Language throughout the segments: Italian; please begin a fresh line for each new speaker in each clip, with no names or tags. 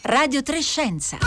Radio 3 Scienza.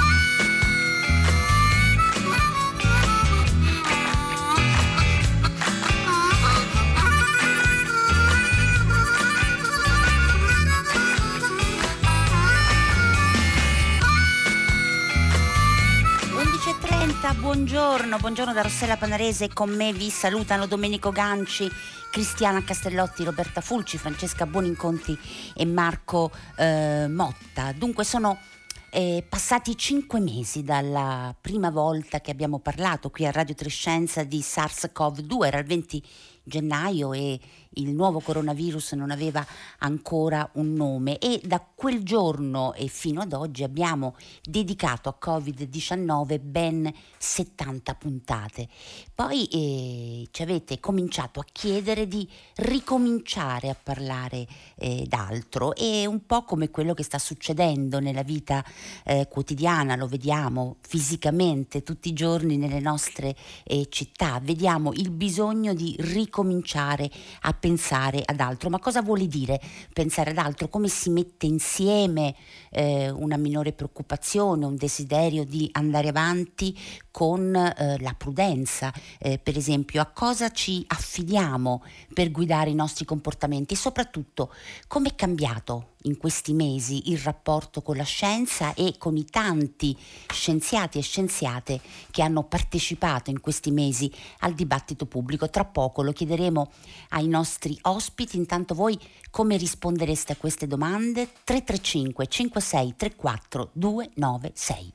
Buongiorno da Rossella Panarese. Con me vi salutano Domenico Ganci, Cristiana Castellotti, Roberta Fulci, Francesca Buoninconti e Marco Motta. Dunque sono passati 5 mesi dalla prima volta che abbiamo parlato qui a Radio 3 Scienza di SARS-CoV-2, era il 20 gennaio e il nuovo coronavirus non aveva ancora un nome, e da quel giorno e fino ad oggi abbiamo dedicato a Covid-19 ben 70 puntate. Poi ci avete cominciato a chiedere di ricominciare a parlare d'altro, e un po' come quello che sta succedendo nella vita quotidiana, lo vediamo fisicamente tutti i giorni nelle nostre città, vediamo il bisogno di ricominciare a pensare ad altro. Ma cosa vuole dire pensare ad altro? Come si mette insieme una minore preoccupazione, un desiderio di andare avanti con la prudenza? Per esempio, a cosa ci affidiamo per guidare i nostri comportamenti? E soprattutto, come è cambiato in questi mesi il rapporto con la scienza e con i tanti scienziati e scienziate che hanno partecipato in questi mesi al dibattito pubblico? Tra poco lo chiederemo ai nostri ospiti. Intanto voi come rispondereste a queste domande? 335 56 34 296.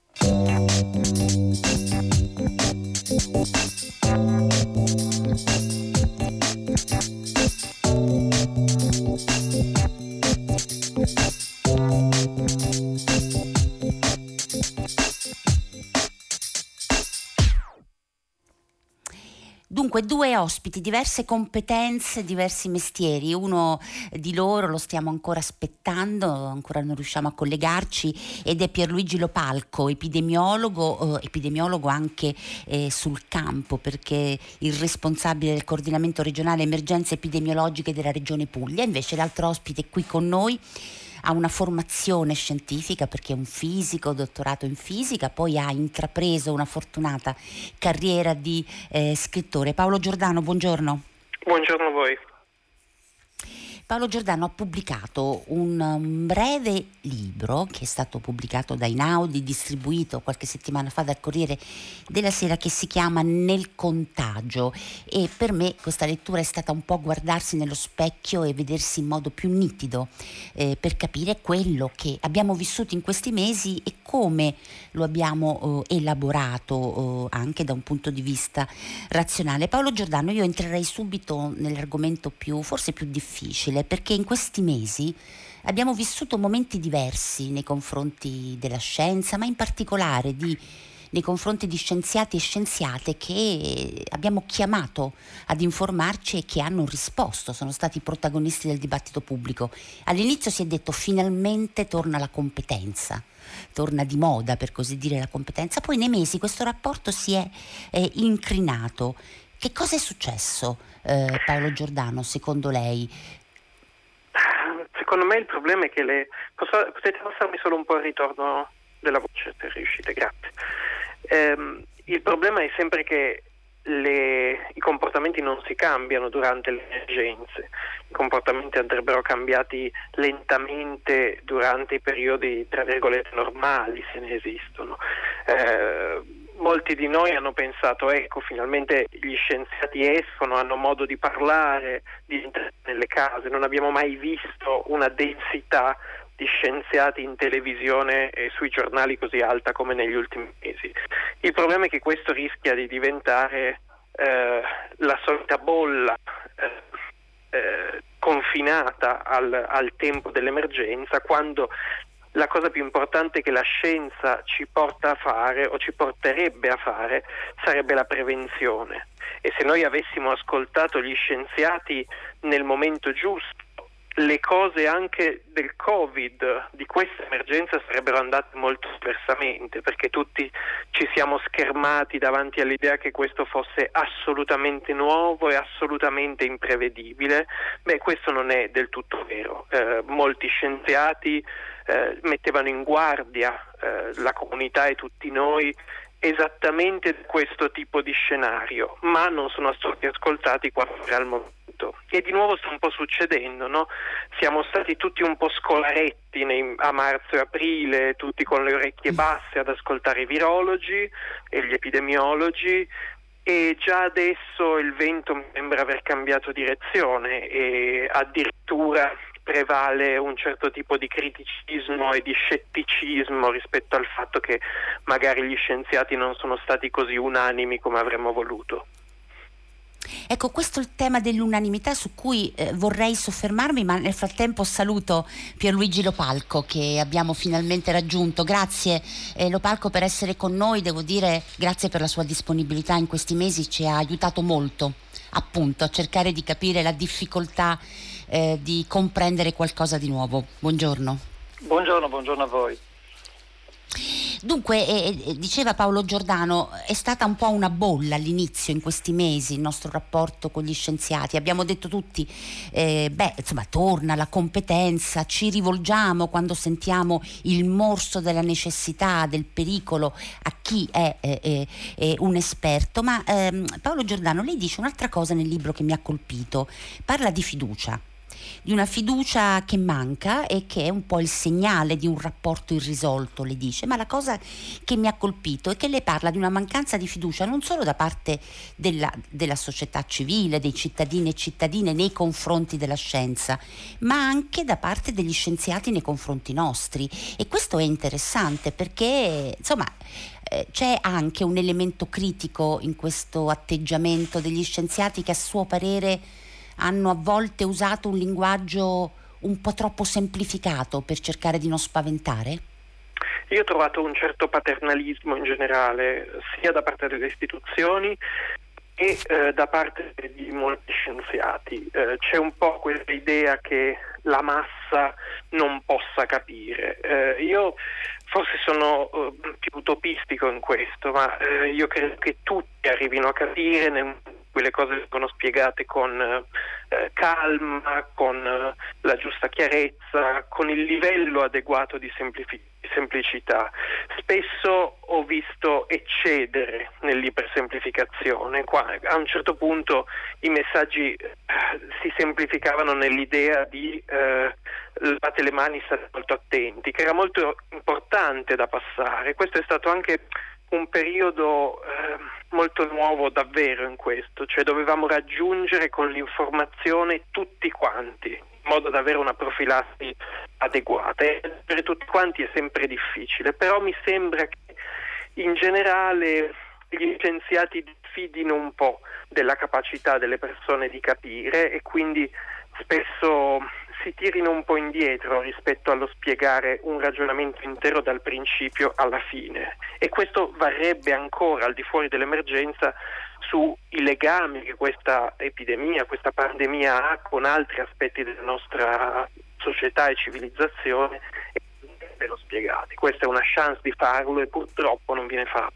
Dunque, 2 ospiti, diverse competenze, diversi mestieri. Uno di loro lo stiamo ancora aspettando, ancora non riusciamo a collegarci, ed è Pierluigi Lopalco, epidemiologo anche sul campo, perché il responsabile del coordinamento regionale emergenze epidemiologiche della regione Puglia. Invece l'altro ospite qui con noi ha una formazione scientifica perché è un fisico, dottorato in fisica, poi ha intrapreso una fortunata carriera di scrittore. Paolo Giordano, buongiorno.
Buongiorno a voi.
Paolo Giordano ha pubblicato un breve libro che è stato pubblicato da Einaudi, distribuito qualche settimana fa dal Corriere della Sera, che si chiama Nel contagio, e per me questa lettura è stata un po' guardarsi nello specchio e vedersi in modo più nitido per capire quello che abbiamo vissuto in questi mesi e come lo abbiamo elaborato anche da un punto di vista razionale. Paolo Giordano, io entrerei subito nell'argomento forse più difficile, perché in questi mesi abbiamo vissuto momenti diversi nei confronti della scienza, ma in particolare nei confronti di scienziati e scienziate che abbiamo chiamato ad informarci e che hanno risposto, sono stati protagonisti del dibattito pubblico. All'inizio si è detto finalmente torna la competenza, torna di moda per così dire la competenza, poi nei mesi questo rapporto si è incrinato. Che cosa è successo, Paolo Giordano, secondo lei?
Secondo me il problema è che potete passarmi solo un po' il ritorno della voce, se riuscite, grazie. Il problema è sempre che i comportamenti non si cambiano durante le emergenze. I comportamenti andrebbero cambiati lentamente durante i periodi, tra virgolette, normali, se ne esistono. Molti di noi hanno pensato, ecco, finalmente gli scienziati escono, hanno modo di parlare, di entrare nelle case. Non abbiamo mai visto una densità di scienziati in televisione e sui giornali così alta come negli ultimi mesi. Il problema è che questo rischia di diventare la solita bolla confinata al tempo dell'emergenza, quando la cosa più importante che la scienza ci porta a fare o ci porterebbe a fare sarebbe la prevenzione. E se noi avessimo ascoltato gli scienziati nel momento giusto, le cose anche del Covid, di questa emergenza, sarebbero andate molto diversamente, perché tutti ci siamo schermati davanti all'idea che questo fosse assolutamente nuovo e assolutamente imprevedibile. Questo non è del tutto vero. Molti scienziati mettevano in guardia la comunità e tutti noi esattamente questo tipo di scenario, ma non sono stati ascoltati quando era il momento. E di nuovo sta un po' succedendo, no? Siamo stati tutti un po' scolaretti a marzo e aprile, tutti con le orecchie basse ad ascoltare i virologi e gli epidemiologi, e già adesso il vento mi sembra aver cambiato direzione e addirittura prevale un certo tipo di criticismo e di scetticismo rispetto al fatto che magari gli scienziati non sono stati così unanimi come avremmo voluto.
Ecco, questo è il tema dell'unanimità su cui vorrei soffermarmi, ma nel frattempo saluto Pierluigi Lopalco, che abbiamo finalmente raggiunto. Grazie Lopalco per essere con noi, devo dire grazie per la sua disponibilità in questi mesi, ci ha aiutato molto appunto a cercare di capire la difficoltà di comprendere qualcosa di nuovo. Buongiorno.
Buongiorno a voi.
Dunque, diceva Paolo Giordano, è stata un po' una bolla all'inizio, in questi mesi, il nostro rapporto con gli scienziati. Abbiamo detto tutti, torna la competenza, ci rivolgiamo quando sentiamo il morso della necessità, del pericolo, a chi è un esperto. Ma Paolo Giordano, lei dice un'altra cosa nel libro che mi ha colpito, parla di fiducia. Di una fiducia che manca e che è un po' il segnale di un rapporto irrisolto, le dice, ma la cosa che mi ha colpito è che lei parla di una mancanza di fiducia non solo da parte della società civile, dei cittadini e cittadine nei confronti della scienza, ma anche da parte degli scienziati nei confronti nostri. E questo è interessante perché, insomma, c'è anche un elemento critico in questo atteggiamento degli scienziati che a suo parere hanno a volte usato un linguaggio un po' troppo semplificato per cercare di non spaventare?
Io ho trovato un certo paternalismo in generale, sia da parte delle istituzioni e da parte di molti scienziati. C'è un po' questa idea che la massa non possa capire. Io forse sono più utopistico in questo, ma io credo che tutti arrivino a capire quelle cose vengono spiegate con calma, con la giusta chiarezza, con il livello adeguato di semplicità. Spesso ho visto eccedere nell'ipersemplificazione. A un certo punto i messaggi si semplificavano nell'idea di lavate le mani, state molto attenti, che era molto importante da passare. Questo è stato anche un periodo molto nuovo davvero in questo, cioè dovevamo raggiungere con l'informazione tutti quanti, in modo da avere una profilassi adeguata. E per tutti quanti è sempre difficile, però mi sembra che in generale gli scienziati diffidino un po' della capacità delle persone di capire e quindi spesso si tirino un po' indietro rispetto allo spiegare un ragionamento intero dal principio alla fine, e questo varrebbe ancora al di fuori dell'emergenza sui legami che questa epidemia, questa pandemia ha con altri aspetti della nostra società e civilizzazione, e ve lo spiegate. Questa è una chance di farlo e purtroppo non viene fatto.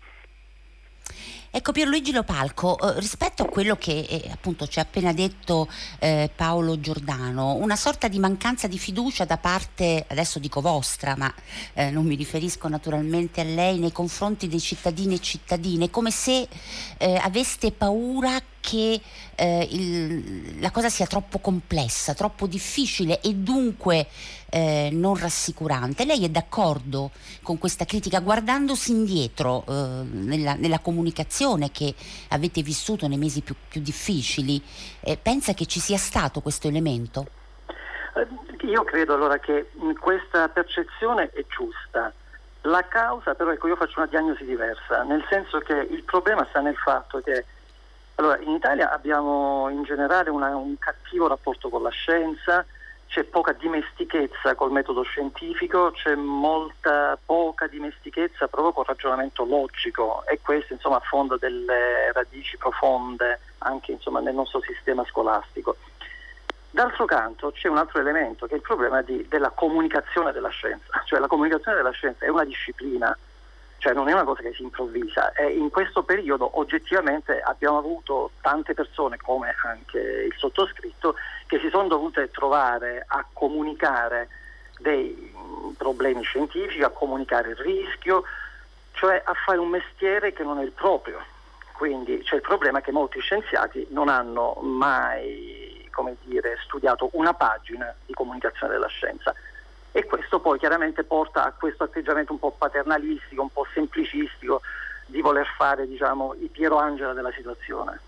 Ecco Pierluigi Lopalco, rispetto a quello che appunto ci ha appena detto Paolo Giordano, una sorta di mancanza di fiducia da parte, adesso dico vostra, ma non mi riferisco naturalmente a lei, nei confronti dei cittadini e cittadine, come se aveste paura che la cosa sia troppo complessa, troppo difficile e dunque non rassicurante. Lei è d'accordo con questa critica, guardandosi indietro nella comunicazione che avete vissuto nei mesi più difficili? Pensa che ci sia stato questo elemento?
Io credo allora che questa percezione è giusta. La causa però, io faccio una diagnosi diversa, nel senso che il problema sta nel fatto che in Italia abbiamo in generale un cattivo rapporto con la scienza, c'è poca dimestichezza col metodo scientifico, c'è poca dimestichezza proprio col ragionamento logico, e questo affonda delle radici profonde anche nel nostro sistema scolastico. D'altro canto c'è un altro elemento che è il problema della comunicazione della scienza, cioè la comunicazione della scienza è una disciplina, cioè non è una cosa che si improvvisa, e in questo periodo oggettivamente abbiamo avuto tante persone, come anche il sottoscritto, che si sono dovute trovare a comunicare dei problemi scientifici, a comunicare il rischio, cioè a fare un mestiere che non è il proprio. Quindi c'è il problema che molti scienziati non hanno mai, come dire, studiato una pagina di comunicazione della scienza, e questo poi chiaramente porta a questo atteggiamento un po' paternalistico, un po' semplicistico, di voler fare, diciamo, i Piero Angela della situazione.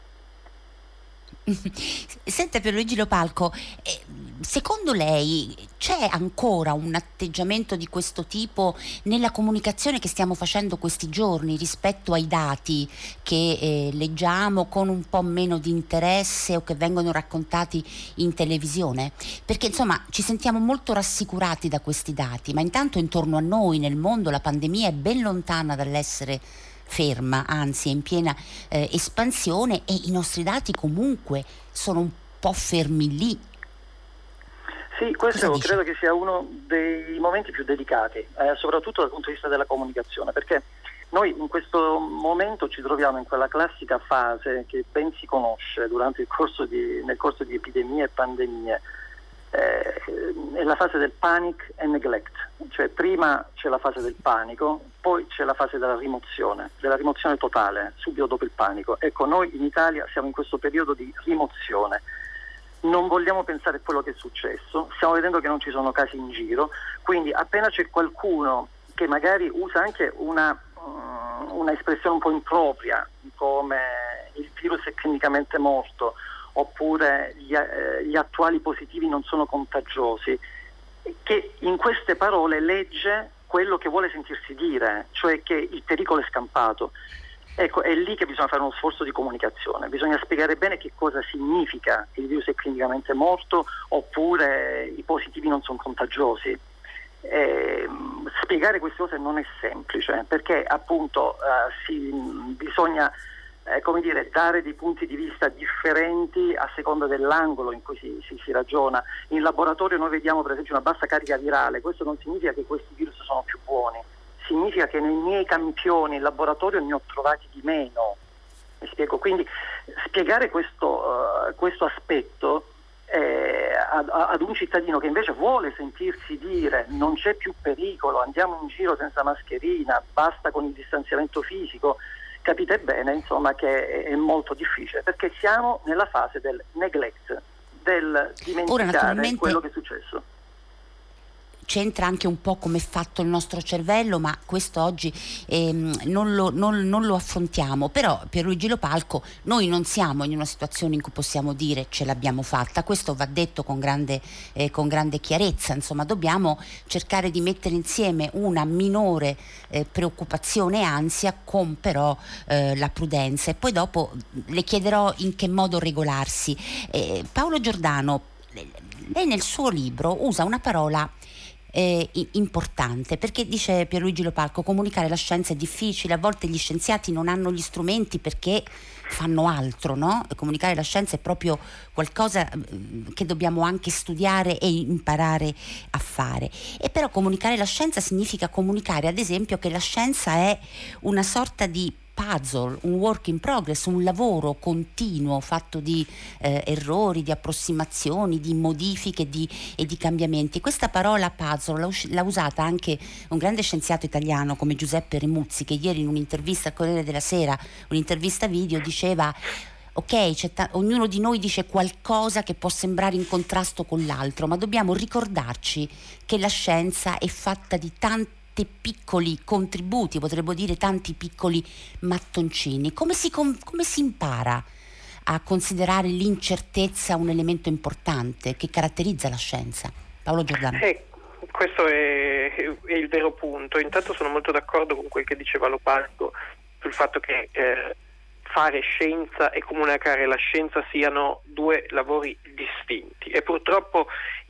Senta Pierluigi Lopalco, secondo lei c'è ancora un atteggiamento di questo tipo nella comunicazione che stiamo facendo questi giorni rispetto ai dati che leggiamo con un po' meno di interesse o che vengono raccontati in televisione? Perché insomma ci sentiamo molto rassicurati da questi dati, ma intanto intorno a noi nel mondo la pandemia è ben lontana dall'essere ferma, anzi è in piena espansione, e i nostri dati comunque sono un po' fermi lì.
Sì, questo credo che sia uno dei momenti più delicati, soprattutto dal punto di vista della comunicazione, perché noi in questo momento ci troviamo in quella classica fase che ben si conosce nel corso di epidemie e pandemie, è la fase del panic and neglect, cioè prima c'è la fase del panico, poi c'è la fase della rimozione totale, subito dopo il panico. Ecco, noi in Italia siamo in questo periodo di rimozione, non vogliamo pensare a quello che è successo, stiamo vedendo che non ci sono casi in giro, quindi appena c'è qualcuno che magari usa anche una espressione un po' impropria, come il virus è clinicamente morto, oppure gli attuali positivi non sono contagiosi, che in queste parole legge quello che vuole sentirsi dire, cioè che il pericolo è scampato. Ecco, è lì che bisogna fare uno sforzo di comunicazione, bisogna spiegare bene che cosa significa il virus è clinicamente morto oppure i positivi non sono contagiosi. Spiegare queste cose non è semplice, perché appunto bisogna dare dei punti di vista differenti a seconda dell'angolo in cui si ragiona. In laboratorio noi vediamo per esempio una bassa carica virale, questo non significa che questi virus sono più buoni, significa che nei miei campioni in laboratorio ne ho trovati di meno. Mi spiego? Quindi spiegare questo aspetto ad un cittadino che invece vuole sentirsi dire non c'è più pericolo, andiamo in giro senza mascherina, basta con il distanziamento fisico, capite bene insomma che è molto difficile, perché siamo nella fase del neglect, del dimenticare quello che è successo.
C'entra anche un po' come è fatto il nostro cervello, ma questo oggi non lo affrontiamo. Però Pierluigi Lopalco, noi non siamo in una situazione in cui possiamo dire ce l'abbiamo fatta, questo va detto con grande chiarezza. Insomma, dobbiamo cercare di mettere insieme una minore preoccupazione e ansia con però la prudenza, e poi dopo le chiederò in che modo regolarsi. Paolo Giordano, lei nel suo libro usa una parola importante, perché dice Pierluigi Lopalco: comunicare la scienza è difficile, a volte gli scienziati non hanno gli strumenti perché fanno altro, no? Comunicare la scienza è proprio qualcosa che dobbiamo anche studiare e imparare a fare. E però comunicare la scienza significa comunicare, ad esempio, che la scienza è una sorta di puzzle, un work in progress, un lavoro continuo fatto di errori, di approssimazioni, di modifiche e di cambiamenti. Questa parola puzzle l'ha usata anche un grande scienziato italiano come Giuseppe Remuzzi, che ieri in un'intervista al Corriere della Sera, un'intervista video, diceva: ok, ognuno di noi dice qualcosa che può sembrare in contrasto con l'altro, ma dobbiamo ricordarci che la scienza è fatta di tanti piccoli contributi, potremmo dire tanti piccoli mattoncini. Come si impara a considerare l'incertezza un elemento importante che caratterizza la scienza? Paolo Giordano.
Questo è il vero punto. Intanto sono molto d'accordo con quel che diceva Lopalco sul fatto che fare scienza e comunicare la scienza siano due lavori distinti, e purtroppo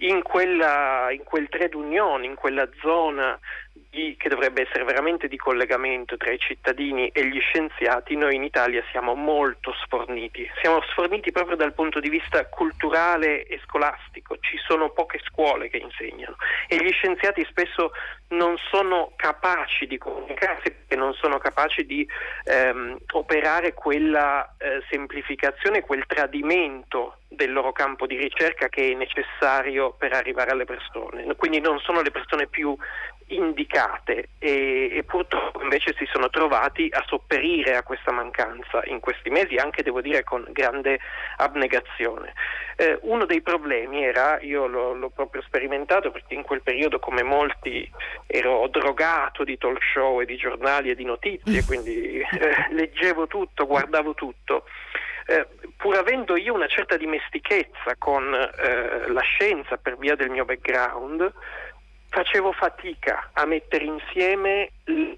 in quel trade union, in quella zona che dovrebbe essere veramente di collegamento tra i cittadini e gli scienziati, noi in Italia siamo molto sforniti. Siamo sforniti proprio dal punto di vista culturale e scolastico. Ci sono poche scuole che insegnano e gli scienziati spesso non sono capaci di comunicarsi, perché non sono capaci di operare quella semplificazione, quel tradimento del loro campo di ricerca che è necessario per arrivare alle persone. Quindi non sono le persone più indicate e purtroppo invece si sono trovati a sopperire a questa mancanza in questi mesi, anche devo dire con grande abnegazione. Uno dei problemi era, io l'ho proprio sperimentato perché in quel periodo, come molti, ero drogato di talk show e di giornali e di notizie, quindi leggevo tutto, guardavo tutto. Pur avendo io una certa dimestichezza con la scienza per via del mio background, facevo fatica a mettere insieme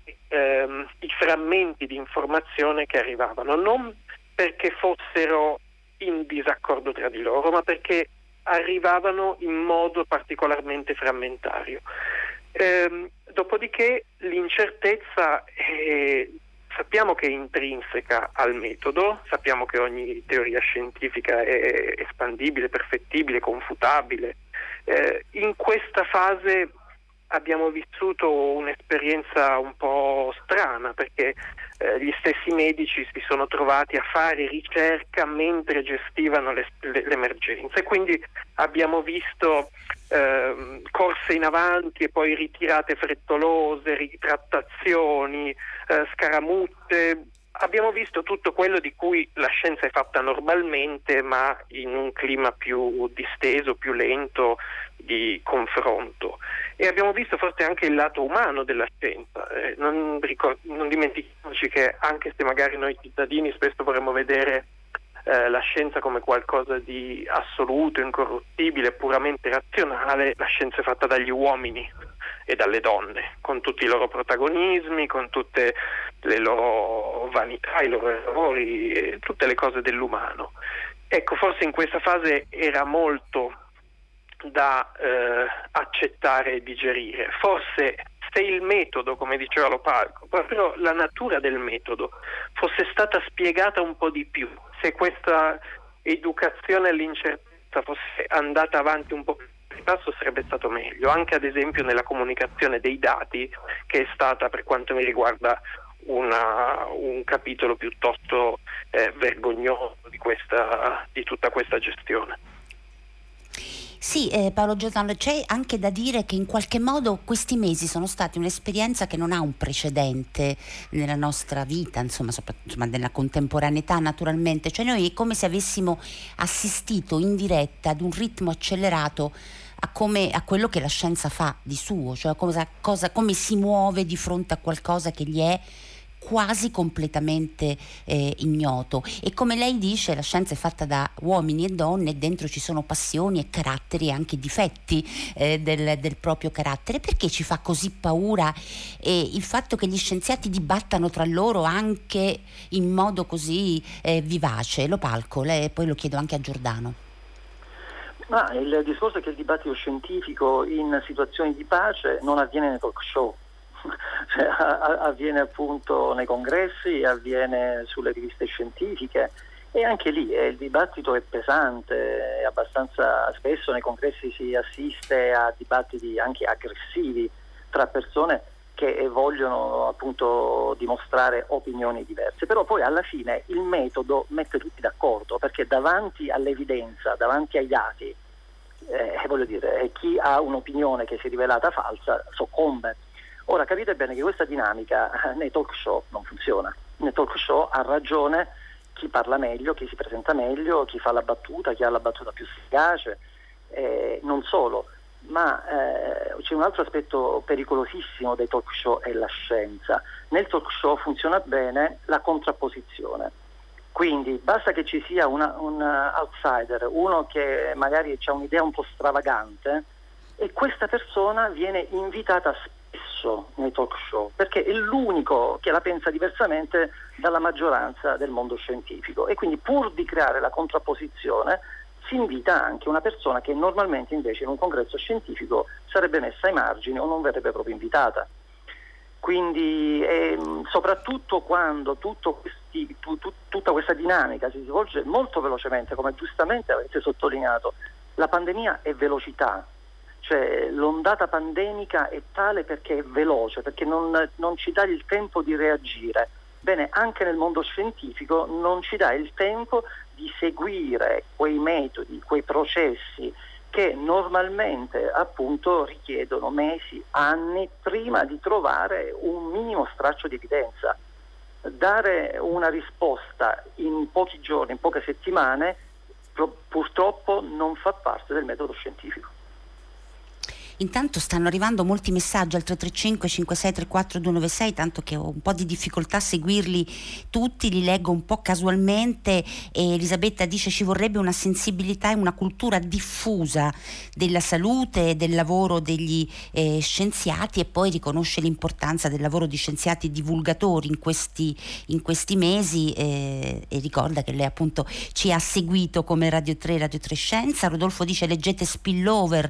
i frammenti di informazione che arrivavano, non perché fossero in disaccordo tra di loro, ma perché arrivavano in modo particolarmente frammentario. Dopodiché l'incertezza sappiamo che è intrinseca al metodo, sappiamo che ogni teoria scientifica è espandibile, perfettibile, confutabile. In questa fase abbiamo vissuto un'esperienza un po' strana, perché gli stessi medici si sono trovati a fare ricerca mentre gestivano l'emergenza e quindi abbiamo visto corse in avanti e poi ritirate frettolose, ritrattazioni, scaramucce. Abbiamo visto tutto quello di cui la scienza è fatta normalmente, ma in un clima più disteso, più lento di confronto. E abbiamo visto forse anche il lato umano della scienza. Non dimentichiamoci che, anche se magari noi cittadini spesso vorremmo vedere la scienza come qualcosa di assoluto, incorruttibile, puramente razionale, la scienza è fatta dagli uomini e dalle donne, con tutti i loro protagonismi, con tutte le loro vanità, i loro errori, e tutte le cose dell'umano. Ecco, forse in questa fase era molto da accettare e digerire. Forse se il metodo, come diceva Lopalco, proprio la natura del metodo, fosse stata spiegata un po' di più, se questa educazione all'incertezza fosse andata avanti un po' più di passo, sarebbe stato meglio, anche ad esempio nella comunicazione dei dati, che è stata, per quanto mi riguarda, un capitolo piuttosto vergognoso di tutta questa gestione.
Sì, Paolo Giordano, c'è anche da dire che in qualche modo questi mesi sono stati un'esperienza che non ha un precedente nella nostra vita, insomma nella contemporaneità naturalmente, cioè noi è come se avessimo assistito in diretta ad un ritmo accelerato a quello che la scienza fa di suo, cioè come si muove di fronte a qualcosa che gli è quasi completamente ignoto. E come lei dice, la scienza è fatta da uomini e donne e dentro ci sono passioni e caratteri e anche difetti del proprio carattere. Perché ci fa così paura il fatto che gli scienziati dibattano tra loro anche in modo così vivace? Lopalco, poi lo chiedo anche a Giordano.
Ma il discorso è che il dibattito scientifico in situazioni di pace non avviene nei talk show. Cioè, avviene appunto nei congressi, avviene sulle riviste scientifiche e anche lì il dibattito è pesante, è abbastanza spesso nei congressi si assiste a dibattiti anche aggressivi tra persone che vogliono appunto dimostrare opinioni diverse, però poi alla fine il metodo mette tutti d'accordo, perché davanti all'evidenza, davanti ai dati, voglio dire, chi ha un'opinione che si è rivelata falsa soccombe. Ora capite bene che questa dinamica nei talk show non funziona. Nei talk show ha ragione chi parla meglio, chi si presenta meglio, chi fa la battuta, chi ha la battuta più efficace, non solo, ma c'è un altro aspetto pericolosissimo dei talk show, è la scienza. Nel talk show funziona bene la contrapposizione, quindi basta che ci sia un outsider, uno che magari ha un'idea un po' stravagante e questa persona viene invitata spesso nei talk show perché è l'unico che la pensa diversamente dalla maggioranza del mondo scientifico, e quindi pur di creare la contrapposizione si invita anche una persona che normalmente invece in un congresso scientifico sarebbe messa ai margini o non verrebbe proprio invitata. Quindi soprattutto quando tutta questa dinamica si svolge molto velocemente, come giustamente avete sottolineato, la pandemia è velocità, cioè l'ondata pandemica è tale perché è veloce, perché non ci dà il tempo di reagire. Bene, anche nel mondo scientifico non ci dà il tempo di seguire quei metodi, quei processi che normalmente appunto richiedono mesi, anni prima di trovare un minimo straccio di evidenza. Dare una risposta in pochi giorni, in poche settimane, purtroppo non fa parte del metodo scientifico.
Intanto stanno arrivando molti messaggi al 335 5634 296, tanto che ho un po' di difficoltà a seguirli tutti, li leggo un po' casualmente. Elisabetta dice: ci vorrebbe una sensibilità e una cultura diffusa della salute e del lavoro degli scienziati, e poi riconosce l'importanza del lavoro di scienziati divulgatori in questi mesi, e ricorda che lei appunto ci ha seguito come Radio 3 Scienza. Rodolfo dice: leggete Spillover,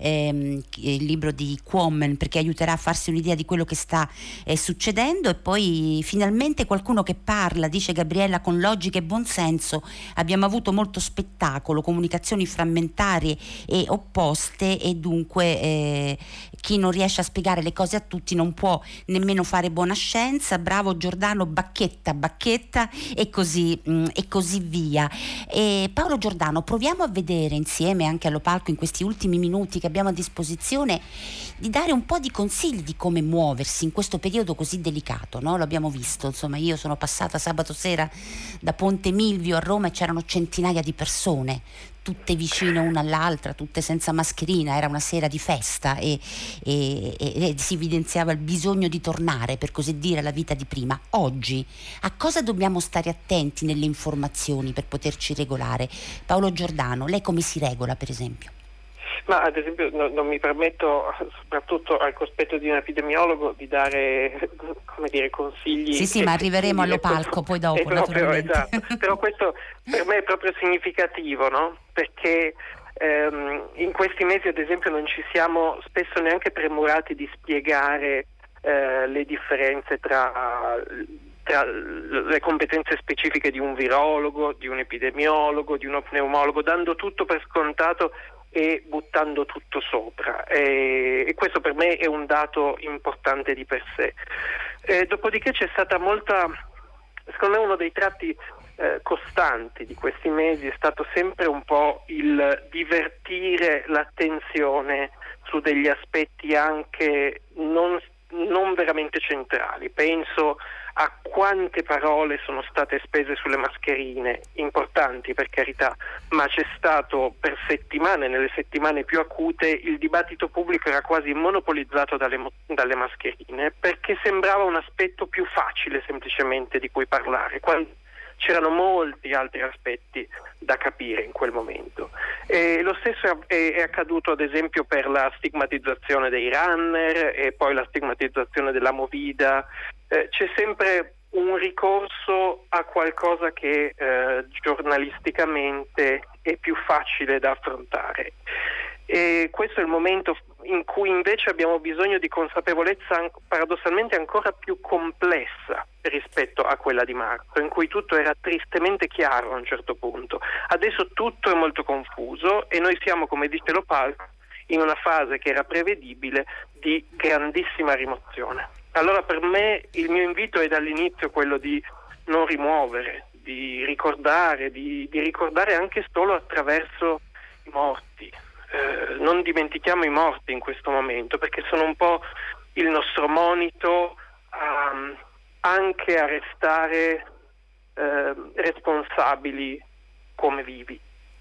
il libro di Quammen, perché aiuterà a farsi un'idea di quello che sta succedendo. E poi finalmente qualcuno che parla, dice Gabriella, con logica e buonsenso. Abbiamo avuto molto spettacolo, comunicazioni frammentarie e opposte, e dunque chi non riesce a spiegare le cose a tutti non può nemmeno fare buona scienza. Bravo Giordano, bacchetta e così via. E Paolo Giordano, proviamo a vedere insieme anche allo palco, in questi ultimi minuti che abbiamo a disposizione, di dare un po' di consigli di come muoversi in questo periodo così delicato, no? L'abbiamo visto, insomma, io sono passata sabato sera da Ponte Milvio a Roma e c'erano centinaia di persone, tutte vicine una all'altra, tutte senza mascherina. Era una sera di festa e si evidenziava il bisogno di tornare, per così dire, alla vita di prima. Oggi a cosa dobbiamo stare attenti nelle informazioni per poterci regolare? Paolo Giordano, lei come si regola, per esempio?
Ma ad esempio non mi permetto, soprattutto al cospetto di un epidemiologo, di dare, come dire, consigli.
Sì, ma arriveremo allo palco poi dopo, naturalmente.
Esatto. Però questo per me è proprio significativo, no? Perché in questi mesi, ad esempio, non ci siamo spesso neanche premurati di spiegare le differenze tra le competenze specifiche di un virologo, di un epidemiologo, di uno pneumologo, dando tutto per scontato e buttando tutto sopra, e questo per me è un dato importante di per sé. Dopodiché c'è stata secondo me uno dei tratti costanti di questi mesi è stato sempre un po' il divertire l'attenzione su degli aspetti anche non veramente centrali. Penso a quante parole sono state spese sulle mascherine, importanti per carità, ma c'è stato per settimane, nelle settimane più acute, il dibattito pubblico era quasi monopolizzato dalle mascherine, perché sembrava un aspetto più facile semplicemente di cui parlare, quando c'erano molti altri aspetti da capire in quel momento. E lo stesso è accaduto ad esempio per la stigmatizzazione dei runner e poi la stigmatizzazione della movida. C'è sempre un ricorso a qualcosa che giornalisticamente è più facile da affrontare. E questo è il momento in cui invece abbiamo bisogno di consapevolezza paradossalmente ancora più complessa rispetto a quella di marzo, in cui tutto era tristemente chiaro a un certo punto. Adesso tutto è molto confuso e noi siamo, come dice lo palco, in una fase che era prevedibile di grandissima rimozione. Allora per me il mio invito è dall'inizio quello di non rimuovere, di ricordare anche solo attraverso i morti. Non dimentichiamo i morti in questo momento, perché sono un po' il nostro monito anche a restare responsabili come vivi.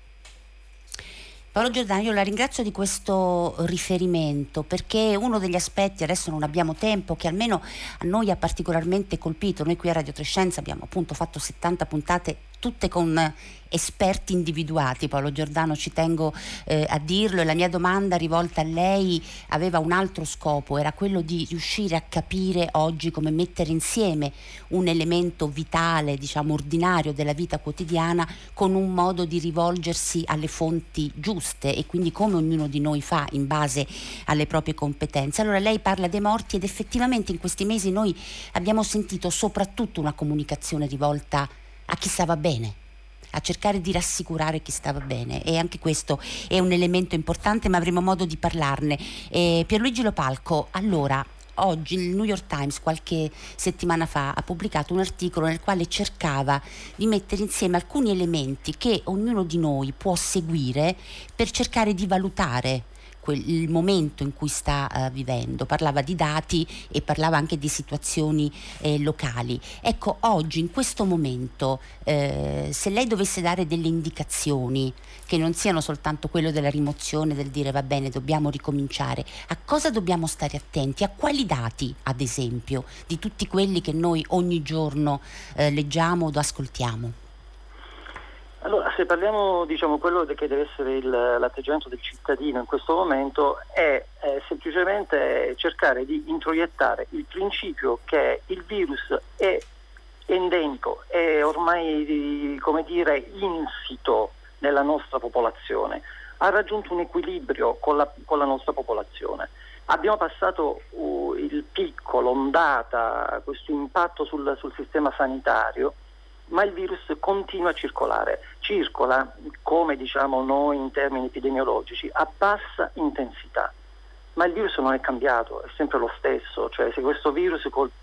Paolo Giordano, io la ringrazio di questo riferimento, perché uno degli aspetti, adesso non abbiamo tempo, che almeno a noi ha particolarmente colpito. Noi qui a Radio 3 Scienza abbiamo appunto fatto 70 puntate tutte con esperti individuati. Paolo Giordano, ci tengo a dirlo, e la mia domanda rivolta a lei aveva un altro scopo, era quello di riuscire a capire oggi come mettere insieme un elemento vitale, diciamo ordinario della vita quotidiana, con un modo di rivolgersi alle fonti giuste, e quindi come ognuno di noi fa in base alle proprie competenze. Allora lei parla dei morti, ed effettivamente in questi mesi noi abbiamo sentito soprattutto una comunicazione rivolta a chi stava bene, a cercare di rassicurare chi stava bene, e anche questo è un elemento importante, ma avremo modo di parlarne. Pierluigi Lopalco, allora, oggi il New York Times qualche settimana fa ha pubblicato un articolo nel quale cercava di mettere insieme alcuni elementi che ognuno di noi può seguire per cercare di valutare il momento in cui sta vivendo. Parlava di dati e parlava anche di situazioni locali. Ecco, oggi in questo momento, se lei dovesse dare delle indicazioni che non siano soltanto quello della rimozione, del dire va bene, dobbiamo ricominciare, a cosa dobbiamo stare attenti? A quali dati, ad esempio, di tutti quelli che noi ogni giorno leggiamo o ascoltiamo?
Allora, se parliamo, quello che deve essere l'atteggiamento del cittadino in questo momento è semplicemente cercare di introiettare il principio che il virus è endemico, è ormai, insito nella nostra popolazione, ha raggiunto un equilibrio con la nostra popolazione. Abbiamo passato il picco, l'ondata, questo impatto sul sistema sanitario, ma il virus continua a circola, come diciamo noi in termini epidemiologici, a bassa intensità, ma il virus non è cambiato, è sempre lo stesso. Cioè, se questo virus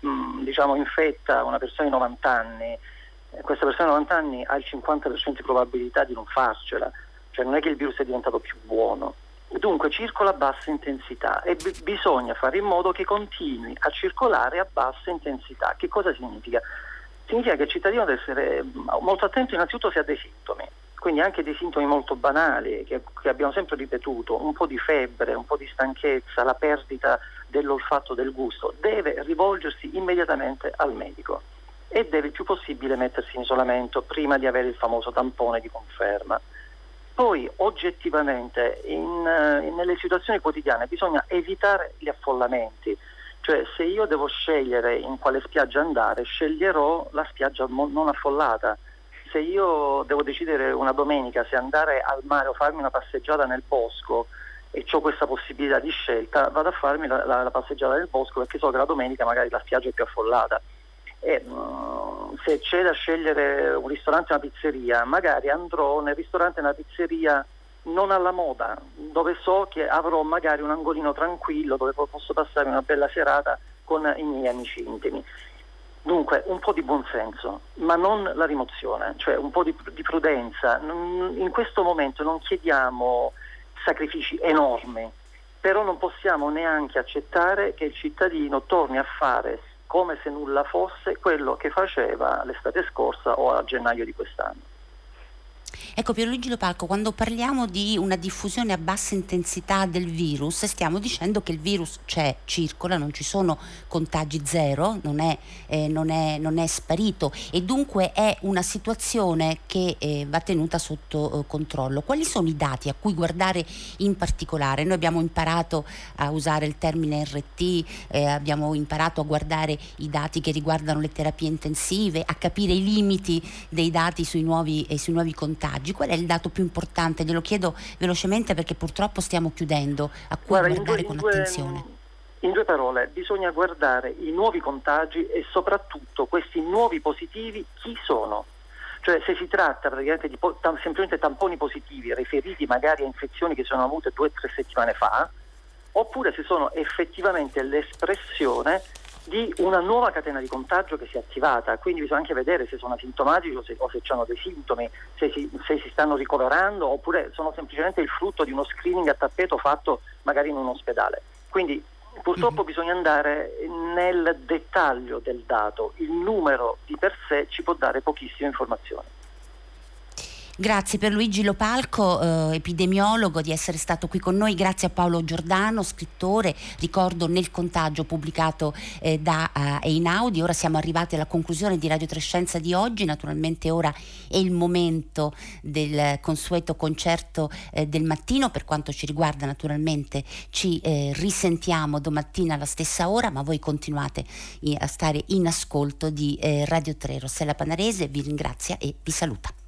infetta una persona di 90 anni, questa persona di 90 anni ha il 50% di probabilità di non farcela, cioè non è che il virus è diventato più buono. Dunque circola a bassa intensità e bisogna fare in modo che continui a circolare a bassa intensità. Che cosa significa? Significa che il cittadino deve essere molto attento innanzitutto se ha dei sintomi, quindi anche dei sintomi molto banali che abbiamo sempre ripetuto, un po' di febbre, un po' di stanchezza, la perdita dell'olfatto, del gusto, deve rivolgersi immediatamente al medico e deve il più possibile mettersi in isolamento prima di avere il famoso tampone di conferma. Poi oggettivamente nelle situazioni quotidiane bisogna evitare gli affollamenti. Cioè, se io devo scegliere in quale spiaggia andare, sceglierò la spiaggia non affollata. Se io devo decidere una domenica se andare al mare o farmi una passeggiata nel bosco e ho questa possibilità di scelta, vado a farmi la passeggiata nel bosco perché so che la domenica magari la spiaggia è più affollata. Se c'è da scegliere un ristorante o una pizzeria, magari andrò nel ristorante e nella pizzeria non alla moda, dove so che avrò magari un angolino tranquillo dove posso passare una bella serata con i miei amici intimi. Dunque un po' di buonsenso, ma non la rimozione, cioè un po' di prudenza. In questo momento non chiediamo sacrifici enormi, però non possiamo neanche accettare che il cittadino torni a fare come se nulla fosse quello che faceva l'estate scorsa o a gennaio di quest'anno.
Ecco, Pierluigi Lopalco, quando parliamo di una diffusione a bassa intensità del virus, stiamo dicendo che il virus c'è, circola, non ci sono contagi zero, non è sparito, e dunque è una situazione che va tenuta sotto controllo. Quali sono i dati a cui guardare in particolare? Noi abbiamo imparato a usare il termine RT, abbiamo imparato a guardare i dati che riguardano le terapie intensive, a capire i limiti dei dati sui nuovi contagi. Qual è il dato più importante? Glielo chiedo velocemente perché purtroppo stiamo chiudendo, a cui guardare con attenzione.
In due parole, bisogna guardare i nuovi contagi e soprattutto questi nuovi positivi chi sono. Cioè, se si tratta praticamente di semplicemente tamponi positivi riferiti magari a infezioni che sono avute 2 o 3 settimane fa, oppure se sono effettivamente l'espressione di una nuova catena di contagio che si è attivata. Quindi bisogna anche vedere se sono asintomatici o se hanno dei sintomi, se si stanno ricoverando oppure sono semplicemente il frutto di uno screening a tappeto fatto magari in un ospedale. Quindi purtroppo bisogna andare nel dettaglio del dato, il numero di per sé ci può dare pochissime informazioni.
Grazie per Luigi Lopalco, epidemiologo, di essere stato qui con noi. Grazie a Paolo Giordano, scrittore, ricordo Nel contagio, pubblicato da Einaudi. Ora siamo arrivati alla conclusione di Radio Trescenza di oggi. Naturalmente ora è il momento del consueto concerto del mattino. Per quanto ci riguarda, naturalmente ci risentiamo domattina alla stessa ora, ma voi continuate a stare in ascolto di Radio 3. Rossella Panarese vi ringrazia e vi saluta.